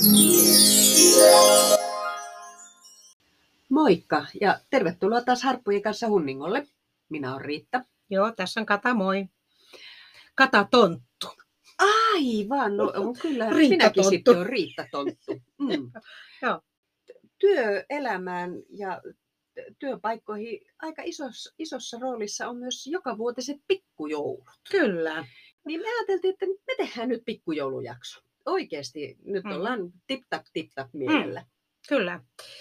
Moikka ja tervetuloa taas Harppujen kanssa Hunningolle. Minä olen Riitta. Joo, tässä on Kata, moi. Kata Tonttu. Aivan, no kyllä Riitta minäkin Tonttu. sitten olen Riitta Tonttu. Joo. Työelämään ja työpaikkoihin aika isossa roolissa on myös jokavuotiset pikkujoulut. Kyllä. Niin me ajateltiin, että me tehdään nyt pikkujoulujakso. Oikeasti nyt ollaan tip-tap mielellä. Kyllä.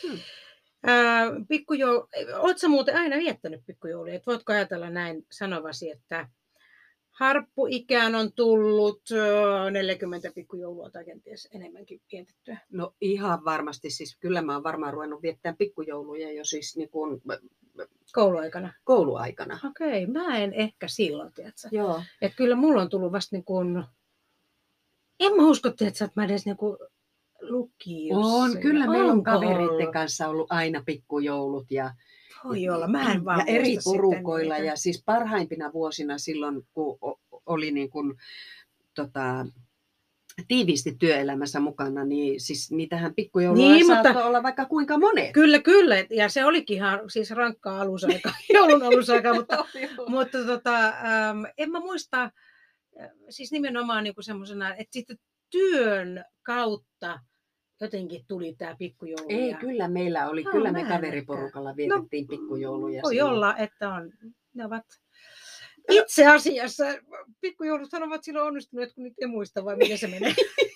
Oletko muuten aina viettänyt pikkujouluja? Voitko ajatella näin sanovasi, että harppuikään on tullut 40 pikkujoulua tai kenties enemmänkin vietettyä? No ihan varmasti, siis kyllä mä oon varmaan ruvennut viettämään pikkujouluja jo siis niin kuin kouluaikana. Okei, mä en ehkä silloin, tiedätkö? Joo. Että kyllä mulla on tullut vasta niin kuin, en mä usko, että mä edes niin kuin lukiossa. On, kyllä meillä on kavereiden kanssa ollut aina pikkujoulut ja, voi olla, mä en vaan ja eri muista porukoilla. sitten Ja siis parhaimpina vuosina silloin, kun oli niin kuin, tiiviisti työelämässä mukana, niin siis niitähän pikkujouluja saattoi olla vaikka kuinka monet. Kyllä. Ja se olikin ihan siis rankkaa alusaikaa, joulun alusaikaa, mutta en mä muista, siis nimenomaan niin kuin semmosena, että sitten työn kautta jotenkin tuli tämä pikkujoulu. Ei, kyllä meillä oli, kyllä me kaveriporukalla vietettiin pikkujouluja. Voi olla, että ne ovat itse asiassa, pikkujoulut ovat silloin onnistuneet, kun niitä ei muista, vai miten se menee?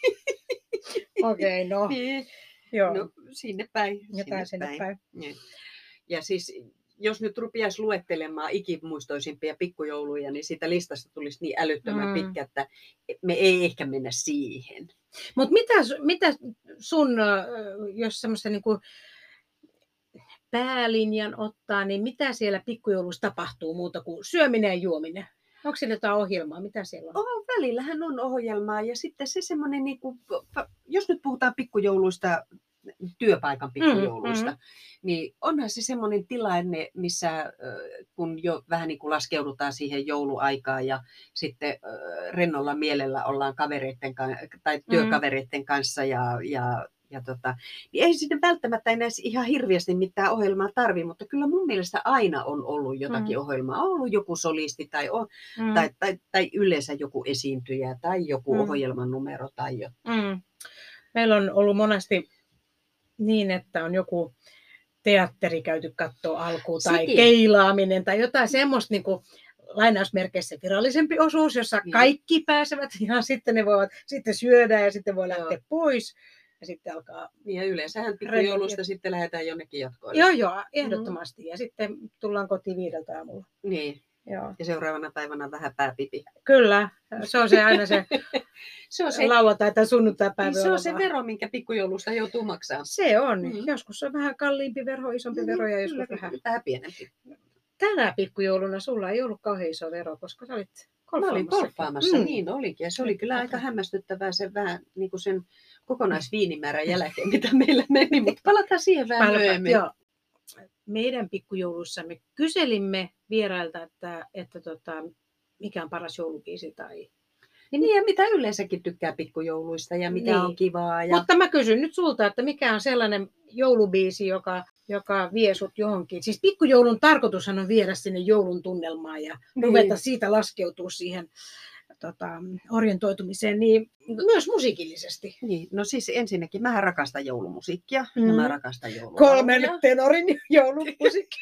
Okei, no. Niin. Joo. No, sinne päin. Sinne päin. Ja siis, jos nyt rupiaisi luettelemaan ikimuistoisimpia pikkujouluja, niin siitä listasta tulisi niin älyttömän pitkä, että me ei ehkä mennä siihen. Mutta mitä sun, jos semmoista niinku päälinjan ottaa, niin mitä siellä pikkujoulussa tapahtuu muuta kuin syöminen ja juominen? Onko siellä jotain ohjelmaa? Mitä siellä on? Välillähän on ohjelmaa ja sitten se semmoinen, niinku, jos nyt puhutaan pikkujouluista, työpaikan pikkujouluista, niin onhan se semmoinen tilanne, missä kun jo vähän niin kuin laskeudutaan siihen jouluaikaan ja sitten rennolla mielellä ollaan kavereiden tai työkavereiden kanssa niin ei sitten välttämättä enää ihan hirveästi mitään ohjelmaa tarvitse, mutta kyllä mun mielestä aina on ollut jotakin ohjelmaa. On ollut joku solisti tai yleensä joku esiintyjä tai joku ohjelman numero tai jotain. Meillä on ollut monesti niin, että on joku teatteri käyty katsoa alkuun tai keilaaminen tai jotain semmoista niin kuin lainausmerkeissä virallisempi osuus, jossa kaikki pääsevät ja sitten ne voivat sitten syödä ja sitten voi lähteä pois. Ja sitten alkaa. Ja yleensähän pikkujoulusta sitten lähdetään jonnekin jatkoille. Joo, ehdottomasti. Ja sitten tullaan kotiin 5 aamulla. Niin. Joo. Ja seuraavana päivänä vähän pääpipi. Kyllä, se on se aina se, lauantai- tai sunnuntai-päivä. Se on se vero, minkä pikkujoulusta joutuu maksamaan. Se on. Joskus on vähän kalliimpi vero, isompi vero ja joskus vähän pienempi. Tänä pikkujouluna sulla ei ollut kauhean iso vero, koska sä olit golfaamassa. Mä olin golfaamassa, niin olikin. Ja se oli kyllä aika hämmästyttävää se vähän niin kuin sen kokonaisviinimäärän jälkeen, mitä meillä meni. Mutta palataan siihen vähän myöhemmin. Joo. Meidän pikkujoulussa me kyselimme vierailta, että mikä on paras joulubiisi tai... Niin, ja mitä yleensäkin tykkää pikkujouluista ja mikä on kivaa. Ja... Mutta mä kysyn nyt sulta, että mikä on sellainen joulubiisi, joka vie sut johonkin. Siis pikkujoulun tarkoitushan on viedä sinne joulun tunnelmaan ja ruveta siitä laskeutua siihen orientoitumiseen, niin myös musiikillisesti. Niin, no siis ensinnäkin mä rakastan joulumusiikkia ja mä rakastan joululauluja. 3 tenorin joulumusiikki.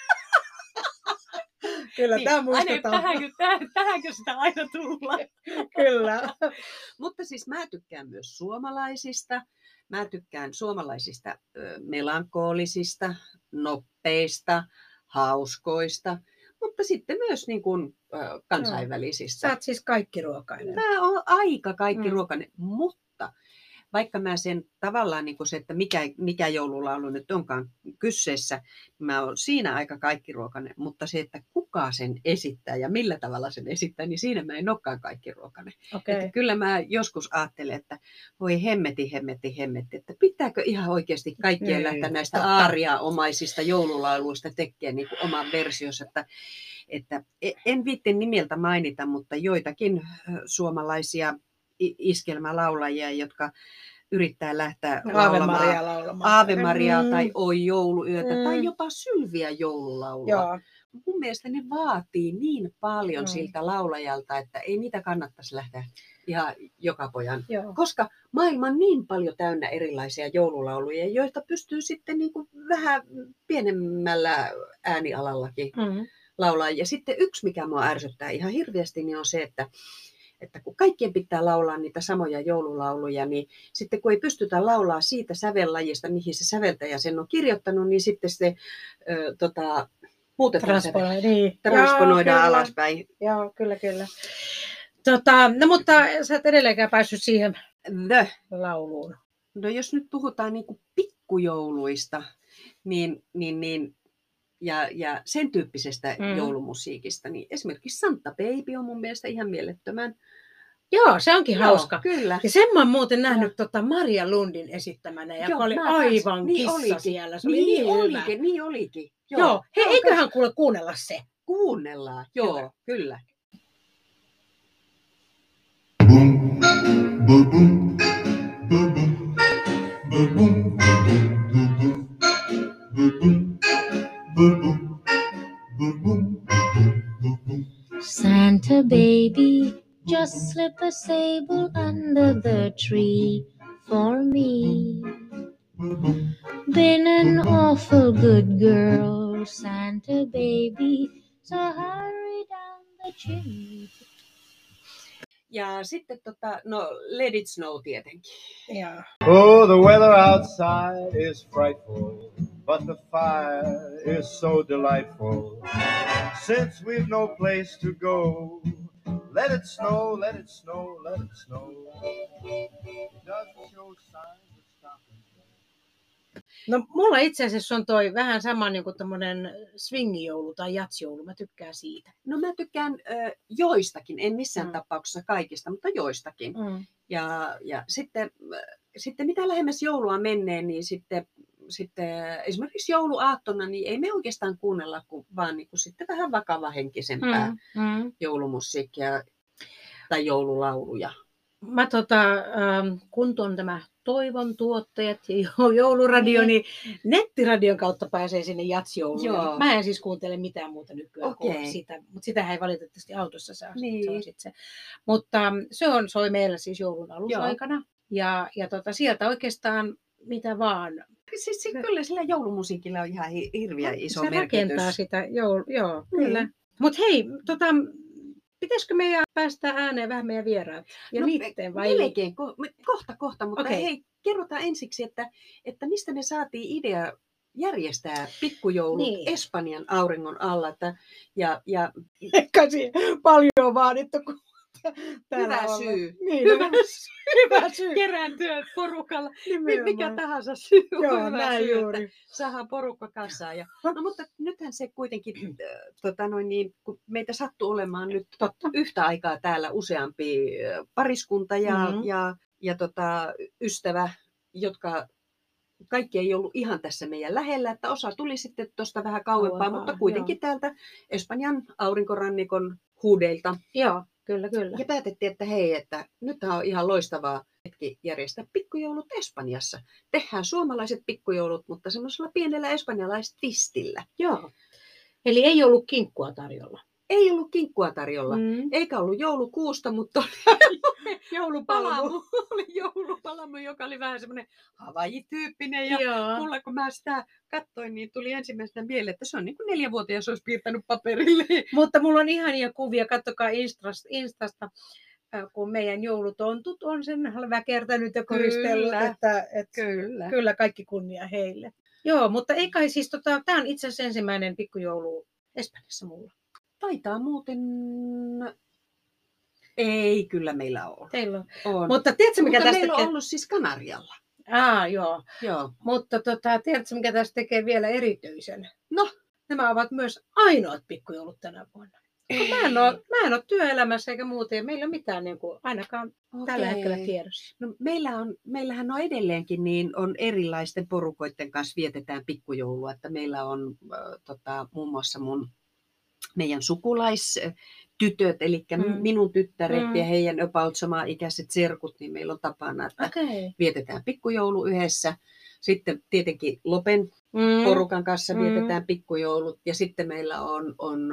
Kyllä, niin, tämä muistetaan. Tähänkö sitä aina tullaan? Kyllä. Mutta siis mä tykkään myös suomalaisista. Mä tykkään suomalaisista melankolisista, noppeista, hauskoista, mutta sitten myös niin kuin, kansainvälisistä. Sä oot siis kaikkiruokainen. Mä oon aika kaikkiruokainen, mutta vaikka mä sen tavallaan niin kuin se, että mikä joululaulu nyt onkaan kyseessä, mä oon siinä aika kaikkiruokainen, mutta se, että kuka sen esittää ja millä tavalla sen esittää, niin siinä mä en olekaan kaikkiruokainen. Okay. Että kyllä mä joskus ajattelen, että voi hemmetti, että pitääkö ihan oikeasti kaikkien lähteä näistä aariaomaisista joululauluista tekemään niin kuin oman versiossa, että en viitti nimeltä mainita, mutta joitakin suomalaisia iskelmälaulajia, jotka yrittää lähteä Aave laulamaan Maria laulamaan. Aave Mariaa tai Oi jouluyötä tai jopa Sylviä joululaulua. Joo. Mun mielestä ne vaatii niin paljon siltä laulajalta, että ei niitä kannattaisi lähteä ihan joka pojan. Joo. Koska maailma on niin paljon täynnä erilaisia joululauluja, joita pystyy sitten niin kuin vähän pienemmällä äänialallakin laulaa. Ja sitten yksi, mikä mua ärsyttää ihan hirveästi, niin on se, että kun kaikkien pitää laulaa niitä samoja joululauluja, niin sitten kun ei pystytä laulaa siitä sävellajista, mihin se säveltäjä sen on kirjoittanut, niin sitten se muutetaan transponoidaan alaspäin. Joo, kyllä. No mutta sä et edelleenkään päässyt siihen lauluun. No jos nyt puhutaan niin kuin pikkujouluista, niin ja sen tyyppisestä joulumusiikista, niin esimerkiksi Santa Baby on mun mielestä ihan mielettömän. Joo, se onkin hauska. Kyllä. Ja sen mä oon muuten nähnyt Maria Lundin esittämään, ja oli aivan kissa siellä. Se oli niin olikin. Joo. Hei, eiköhän kuunnella se. Kuunnellaan, joo, kyllä. Santa baby, just slip a sable under the tree for me. Been an awful good girl, Santa baby, so hurry down the chimney. Ja sitten Let It Snow tietenkin. Yeah. Oh, the weather outside is frightful, but the fire is so delightful. Since we've no place to go, let it snow, let it snow, let it snow. It doesn't show signs of stopping. No mulla itse asiassa on toi vähän sama niin kuin tommonen swingijoulu tai jatsjoulu. Mä tykkään siitä. No mä tykkään joistakin, en missään tapauksessa kaikista, mutta joistakin. Ja sitten mitä lähemmäs joulua menee, niin sitten esimerkiksi jouluaattona, niin ei me oikeastaan kuunnella, vaan niin kuin sitten vähän vakavahenkisempää joulumusiikkia tai joululauluja. Mä kun on tämä Toivon tuottajat ja jouluradio, niin nettiradion kautta pääsee sinne jatsjouluun. Mä en siis kuuntele mitään muuta nykyään kuin sitä, mutta sitä ei valitettavasti autossa saa. Niin. Se. Mutta se soi meillä siis joulun alusaikana. Ja sieltä oikeastaan mitä vaan. Siis kyllä sillä joulumusiikilla on ihan hirveä iso se merkitys. Rakentaa sitä, joo, kyllä. Mutta hei, pitäisikö meidän päästä ääneen vähän meidän vieraat? Ja niitten vai? Melkein, kohta, mutta hei, kerrotaan ensiksi, että mistä me saatiin idea järjestää pikkujoulut Espanjan auringon alla. Ja eikä siihen paljon vaadittu, kun hyvä syy. Niin, hyvä syy. Kerääntyä porukalla. Mikä tahansa syy. Joo, näin juuri. Saadaan porukka kasaan. No mutta nythän se kuitenkin, kun meitä sattuu olemaan nyt yhtä aikaa täällä useampi pariskunta ja ystävä, jotka kaikki ei ollut ihan tässä meidän lähellä, että osa tuli sitten tuosta vähän kauempaa, mutta kuitenkin täältä Espanjan aurinkorannikon huudeilta. Joo. Kyllä. Ja päätettiin, että hei, että nyt on ihan loistavaa hetki järjestää pikkujoulut Espanjassa. Tehdään suomalaiset pikkujoulut, mutta semmoisella pienellä espanjalaistvistillä. Joo. Eli ei ollut kinkkua tarjolla. Ei ollut kinkkua tarjolla. Eikä ollut joulukuusta, mutta oli joulupalamu, joka oli vähän semmoinen Havaji-tyyppinen. Ja mulla kun mä sitä katsoin, niin tuli ensimmäisenä mieleen, että se on niin kuin 4-vuotias olisi piirtänyt paperille. Mutta mulla on ihania kuvia, katsokaa Instasta, kun meidän joulutontut on sen väkertänyt ja koristellut. Kyllä, kaikki kunnia heille. Joo, mutta ei kai siis, tämä on itse asiassa ensimmäinen pikkujoulu Espanjassa mulla. Taitaa muuten. Ei, kyllä meillä on. Teillä on. Mutta tiedätkö, mikä tästä meillä on ollut siis Kanarialla. Joo. Mutta tiedätkö, mikä tästä tekee vielä erityisen? No, nämä ovat myös ainoat pikkujoulut tänä vuonna. Mä en ole työelämässä eikä muuta, ja meillä ei ole mitään niin kuin, ainakaan tällä hetkellä tiedossa. No, meillähän on edelleenkin niin on erilaisten porukoiden kanssa vietetään pikkujoulua, että meillä on muun muassa mun meidän sukulaistytöt, eli minun tyttäret ja heidän about sama-ikäiset serkut, niin meillä on tapana, että vietetään pikkujoulu yhdessä. Sitten tietenkin Lopen porukan kanssa vietetään pikkujoulut. Ja sitten meillä on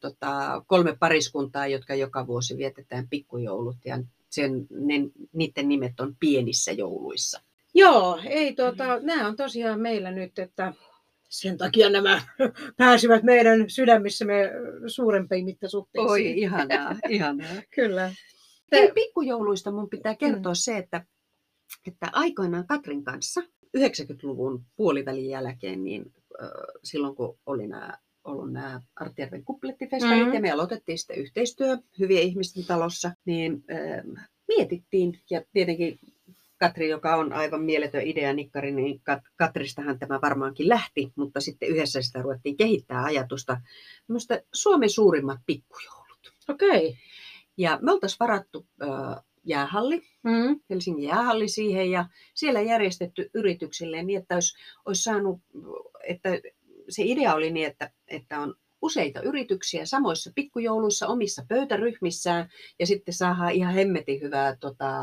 3 pariskuntaa, jotka joka vuosi vietetään pikkujoulut. Ja niiden nimet on pienissä jouluissa. Joo, nämä on tosiaan meillä nyt, että sen takia nämä pääsivät meidän sydämissämme suurempiin mittasuhteisiin. Oi, ihanaa. Kyllä. Hei, pikkujouluista mun pitää kertoa se, että aikoinaan Katrin kanssa 90-luvun puolivälin jälkeen, niin silloin kun oli ollut nämä Artjärven kuplettifestarit ja me aloitettiin sitten yhteistyö Hyvien ihmisten talossa, niin mietittiin, ja tietenkin Katri, joka on aivan mieletön ideanikkari, niin Katristahan tämä varmaankin lähti, mutta sitten yhdessä sitä ruvettiin kehittää ajatusta Suomen suurimmat pikkujoulut. Okei. Ja me oltaisiin varattu jäähalli, Helsingin jäähalli siihen, ja siellä järjestetty yrityksille niin, että olisi saanut, että se idea oli niin, että on useita yrityksiä samoissa pikkujouluissa omissa pöytäryhmissään, ja sitten saadaan ihan hemmetin hyvää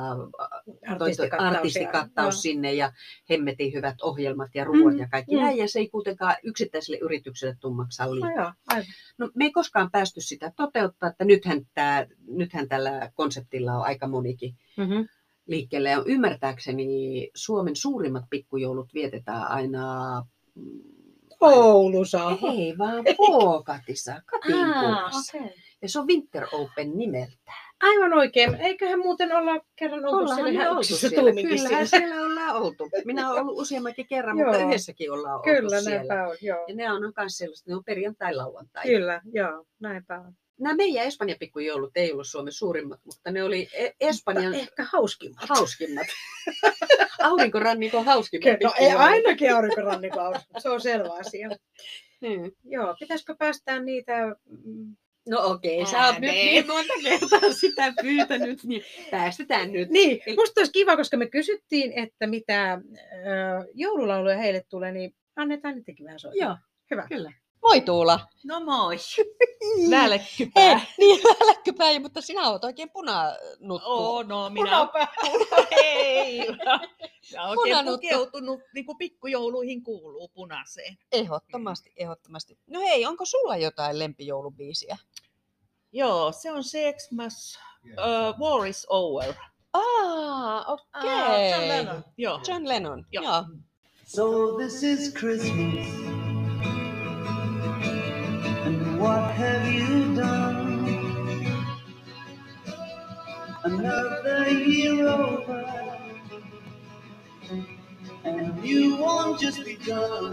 artistikattaus sinne, ja hemmetin hyvät ohjelmat ja ruoat ja kaikki näin, ja se ei kuitenkaan yksittäiselle yritykselle tule maksaa liikaa. No, me ei koskaan päästy sitä toteuttaa, että nythän tällä konseptilla on aika monikin liikkeelle, ja ymmärtääkseni Suomen suurimmat pikkujoulut vietetään aina Oulussa. Ei vaan Vuokatissa, Katinkuopassa. Okay. Ja se on Winter Open nimeltään. Aivan oikein. Eiköhän muuten olla kerran oltu siellä. Kyllähän siellä ollaan oltu. Minä olen ollut useammankin kerran, mutta yhdessäkin ollaan oltu kyllä, siellä. Näinpä on, joo. Ja ne on myös sellaista, ne on perjantai-lauantai. Kyllä, joo, näinpä on. Nämä meidän Espanjan pikkujoulut ei ollut Suomen suurimmat, mutta ne oli Espanjan ehkä hauskimmat. Aurinkorannikon hauskimmat. No ei ainakin aurinkorannikon hauskimmat, se on selvä asia. Joo, pitäisikö päästää niitä? No okei, sä oot nyt niin monta kertaa sitä pyytänyt, niin päästetään nyt. Niin, musta olisi kiva, koska me kysyttiin, että mitä joululauluja heille tulee, niin annetaan niitäkin vähän soittaa. Joo, hyvä. Kyllä. Moi Tuula. No moi. Välkkypää. Niin, välkkypää, mutta sinä oot oikein punanuttu. No minä hei. Mä oon oikein pukeutunut, niin kuin pikkujouluihin kuuluu punaiseen. Ehdottomasti. No hei, onko sulla jotain lempijoulubiisiä? Joo, se on Xmas, War is Over. Okei. John Lennon. Joo. John Lennon, joo. So this is Christmas. And what have you done? Another year over, and you won't just be done.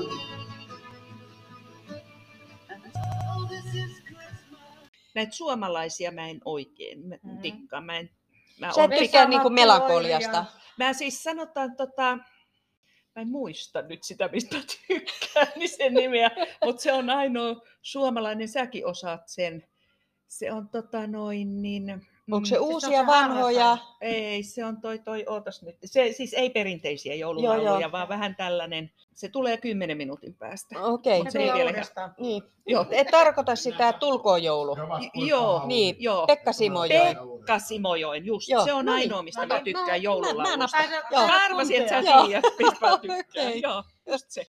And so this is Christmas. Näitä suomalaisia mä en oikein tikkaa. Sä et tykkää niinku melankoliasta. Mä siis sanotaan mä en muista nyt sitä, mistä tykkään, niin sen nimeä, mutta se on ainoa suomalainen, säkin osaat sen. Se on onko se uusia vanhoja? Ei, se on ootas nyt. Se siis ei perinteisiä joululauluja, vaan vähän tällainen. Se tulee 10 minuutin päästä. Okei. Se ei vielä niin. Et tarkoita sitä Tulkoon joulu. Joo. Niin, joo. Pekka Simojoen. Pekka Simojoen, just. Joo. Se on ainoa, mistä mä tykkään joululaulusta. Mä arvasin, että sä tiedät, mistä mä tykkään. Joo, just se.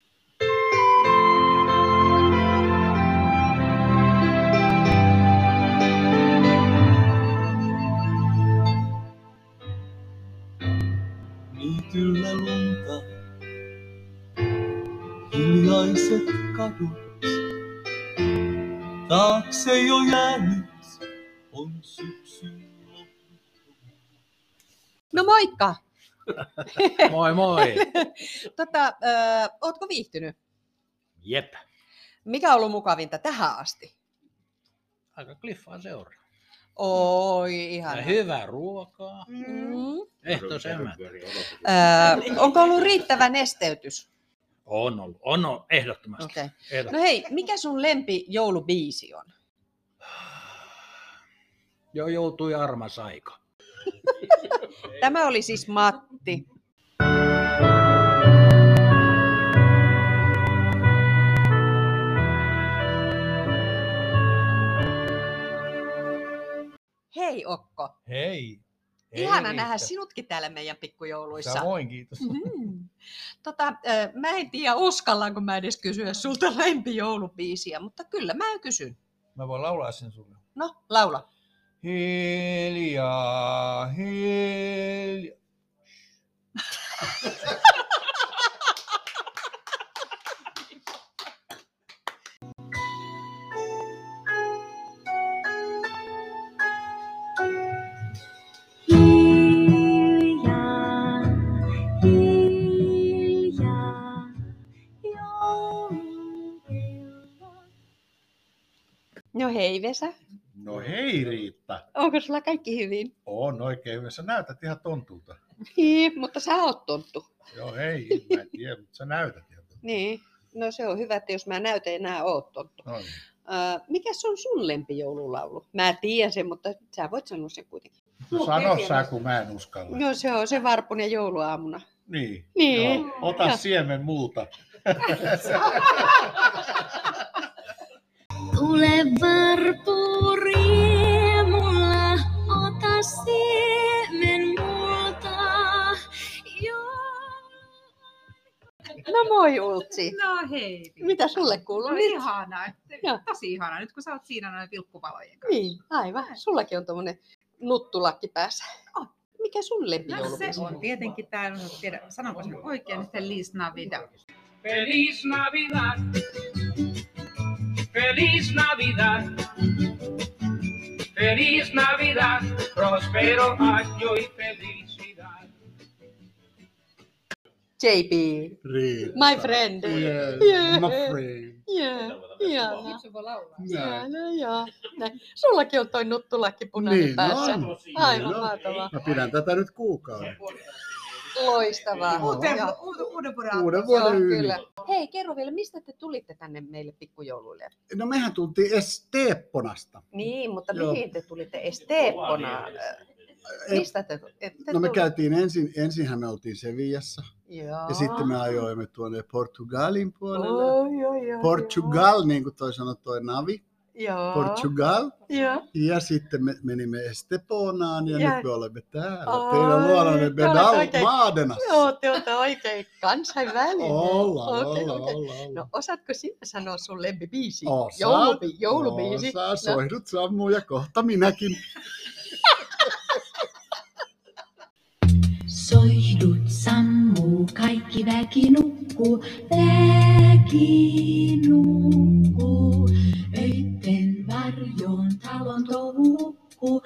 Niityllä lunta, hiljaiset kadut, taakse jo jäänyt on syksyn loppu. No moikka! Moi moi! Ootko viihtynyt? Jep. Mikä on ollut mukavinta tähän asti? Aika kliffaa seuraa. Oi, ihana. Ja hyvää ruokaa. Ehtoisemmät. Onko ollut riittävä nesteytys? On ollut. On ehdottomasti. Okay. Ehdottomasti. No hei, mikä sun lempi joulubiisi on? Jo joutui armas aika. Tämä oli siis Matti. hei Okko. Hei. Ihana nähdä sinutkin täällä meidän pikkujouluissa. Samoin, kiitos. Mä en tiedä, uskallanko mä edes kysyä sulta lempijoulubiisiä, mutta kyllä mä kysyn. Mä voin laulaa sen sulle. No, laula. Hiljaa, hiljaa. No hei Vesa, No hei Riitta. onko sulla kaikki hyvin? On oikein hyvä. Sä näytät ihan tontulta. Niin, mutta sä oot tonttu. Joo hei, mä en tiedä, mutta sä näytät ihan tontulta. Niin, no se on hyvä, että jos mä näytän enää oot tonttu. No niin. Mikäs on sun lempijoululaulu? Mä tiedän sen, mutta sä voit sanoa sen kuitenkin. No sano sä, kun mä en uskalla. No se on se Varpunen jouluaamuna. Niin. Niin. Joo, ota siemen multa. Tule varpu riemulla, ota siemen multa. No moi Ultsi. No hei. Mitä sulle kuuluu? No nyt? ihanaa. Joo. Tosi ihanaa nyt kun sä oot siinä noin vilkkuvalojen kanssa. Niin, aivan. Sullakin on tommonen nuttulakki päässä. On. Mikä sun No lempijoulubiisi se on tietenkin tää, en tiedä sanonko sen oikein, niin Feliz Navidad. Feliz Navidad, Feliz Navidad, Feliz Navidad, prospero año y felicidad. JP, Riitta. my friend. Yeah, Yeah. my friend. Ihana. Se voi laulaa. Joo. Näin. Sullakin on toi nuttulakki punainen Niin päässä. on. Aivan Niin on. mahtavaa. Mä pidän tätä nyt kuukauden. Loistavaa. Uuden vuoden Uuden vuoden Joo, yli. kyllä. Hei, kerro vielä, mistä te tulitte tänne meille pikkujouluille? No mehän tultiin Esteepponasta. Niin, mutta Joo. mihin te tulitte Esteepponaan? Mistä te No me käytiin ensinhän me oltiin Sevillassa. Joo. Ja sitten me ajoimme tuonne Portugalin puolelle. Joo. Portugal, niin kuin toi sanoi toi Navi. Joo. Portugal. Joo. Ja sitten me menimme Esteponaan ja Ja- nyt me olemme täällä. Ai, Teidän luonanne te olette Bedal oikein- Maadenassa. Joo, te olette oikein kansainvälinen. Ollaan. No osaatko sinä sanoa sun lempibiisi? Osaan. Joulubiisi. Osaan, soihdut sammuu ja kohta minäkin. Soihdut sammuu, kaikki väki nukkuu, väki nukkuu. Öitten varjoon talon touhu hukkuu,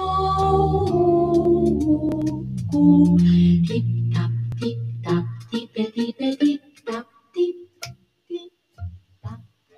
tip tap, tipe, tip tap, tip, tip tap.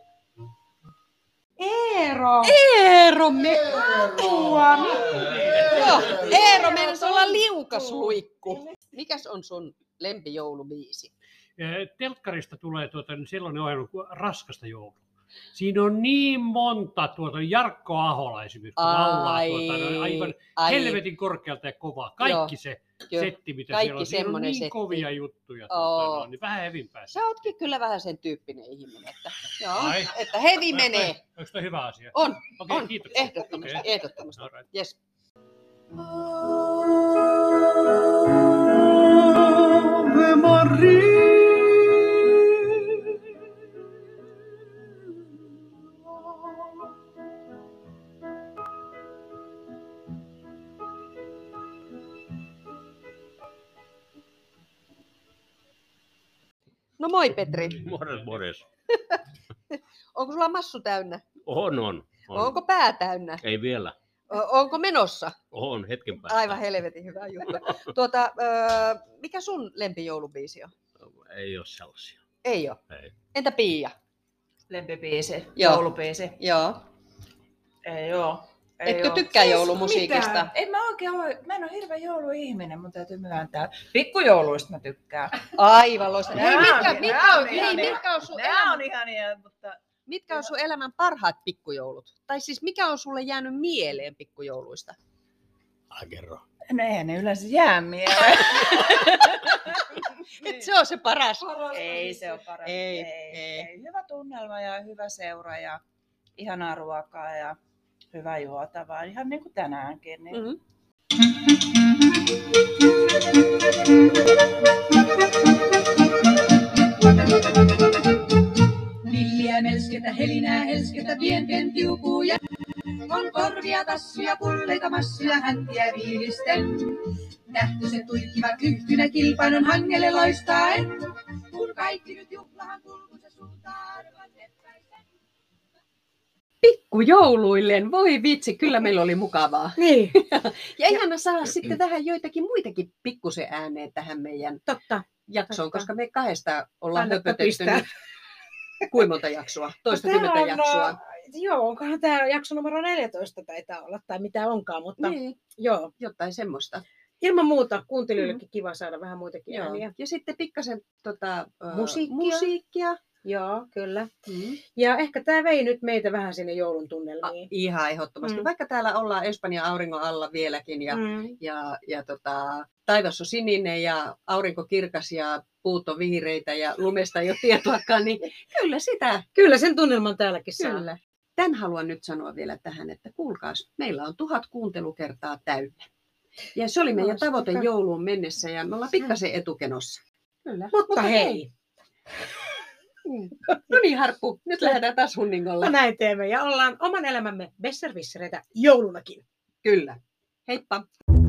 Eero, me apua. Joo, Eero, meidän olla liukas luikku. Mikäs on sun lempijoulubiisi? Telkkarista tulee sellainen ohjelma kuin Raskasta joulua. Siinä on niin monta, Jarkko Ahola esimerkiksi, kun laulaa aivan helvetin korkealta ja kovaa. Kaikki se setti, mitä kaikki siellä on. Siinä on semmonen niin setti. kovia juttuja, niin vähän hevimpää. Sä ootkin kyllä vähän sen tyyppinen ihminen, että, joo, Ai. että hevi menee. Onko toi hyvä asia? On, Okei, on, kiitoksia. ehdottomasti, Okei. ehdottomasti. All right. Yes. Ave Maria. No moi Petri. Morjes. Onko sulla massu täynnä? On. Onko pää täynnä? Ei vielä. Onko menossa? On hetken päästä. Aivan helvetin hyvä juttu. Mikä sun lempijoulubiisi on? Ei ole sellaisia. Ei ole. Ei. Entä Pia? Lempibiisi, Joo. joulubiisi. Joo. Ei oo. Etkö tykkää joulumusiikista? En mä oikein ole, mä en ole hirveä jouluihminen, mun täytyy myöntää. Pikkujouluista mä tykkään. Aivan loistavaa. Hei, Nää on ihania, mutta... mitkä on sun elämän parhaat pikkujoulut? Tai siis mikä on sulle jäänyt mieleen pikkujouluista? Kerro. No eihän ne yleensä jää mieleen. Et se on se paras. Ei se ole paras. Ei. Hyvä tunnelma ja hyvä seura ja ihanaa ruokaa ja hyvä juotavaa, ihan niin kuin tänäänkin. Niin. Mm. Villiä melsketä, helinää, helsketä, pienten tiukuja. On korvia, tassuja, pulleita, massuja, häntiä viilisten. Tähtöiset tuikkivat lyhtynä kilpailun hangelle loistaen. Kun kaikki nyt juhlahan kulkunsa suuntaan. Pikkujouluilleen, voi vitsi, kyllä meillä oli mukavaa. Niin. Ja ihana saada sitten tähän joitakin muitakin pikkusen ääneen tähän meidän jaksoon, koska me kahdesta ollaan höpötetty nyt. Kuinka monta jaksoa? Toistakymmentä jaksoa. Joo, onkohan tämä jakso numero 14 taitaa olla, tai mitä onkaan, mutta niin. Joo. Jotain semmoista. Ilman muuta kuuntelijoillekin kiva saada vähän muitakin ääniä. Ja sitten pikkasen musiikkia. Joo, kyllä. Ja ehkä tämä vei nyt meitä vähän sinne joulun tunnelmiin. Ihan ehdottomasti. Vaikka täällä ollaan Espanjan auringon alla vieläkin ja taivas on sininen ja aurinko kirkas ja puut on vihreitä ja lumesta ei ole tietoakaan, niin kyllä sitä. Kyllä sen tunnelman täälläkin saa. Kyllä. Tän haluan nyt sanoa vielä tähän, että kuulkaas, meillä on 1000 kuuntelukertaa täynnä. Ja se oli meidän tavoite jouluun mennessä ja me ollaan pikkasen etukenossa. Kyllä. Mutta hei. No niin, Harppu, nyt lähdetään taas hunningolle. No näin teemme ja ollaan oman elämämme besservissereitä joulunakin. Kyllä. Heippa!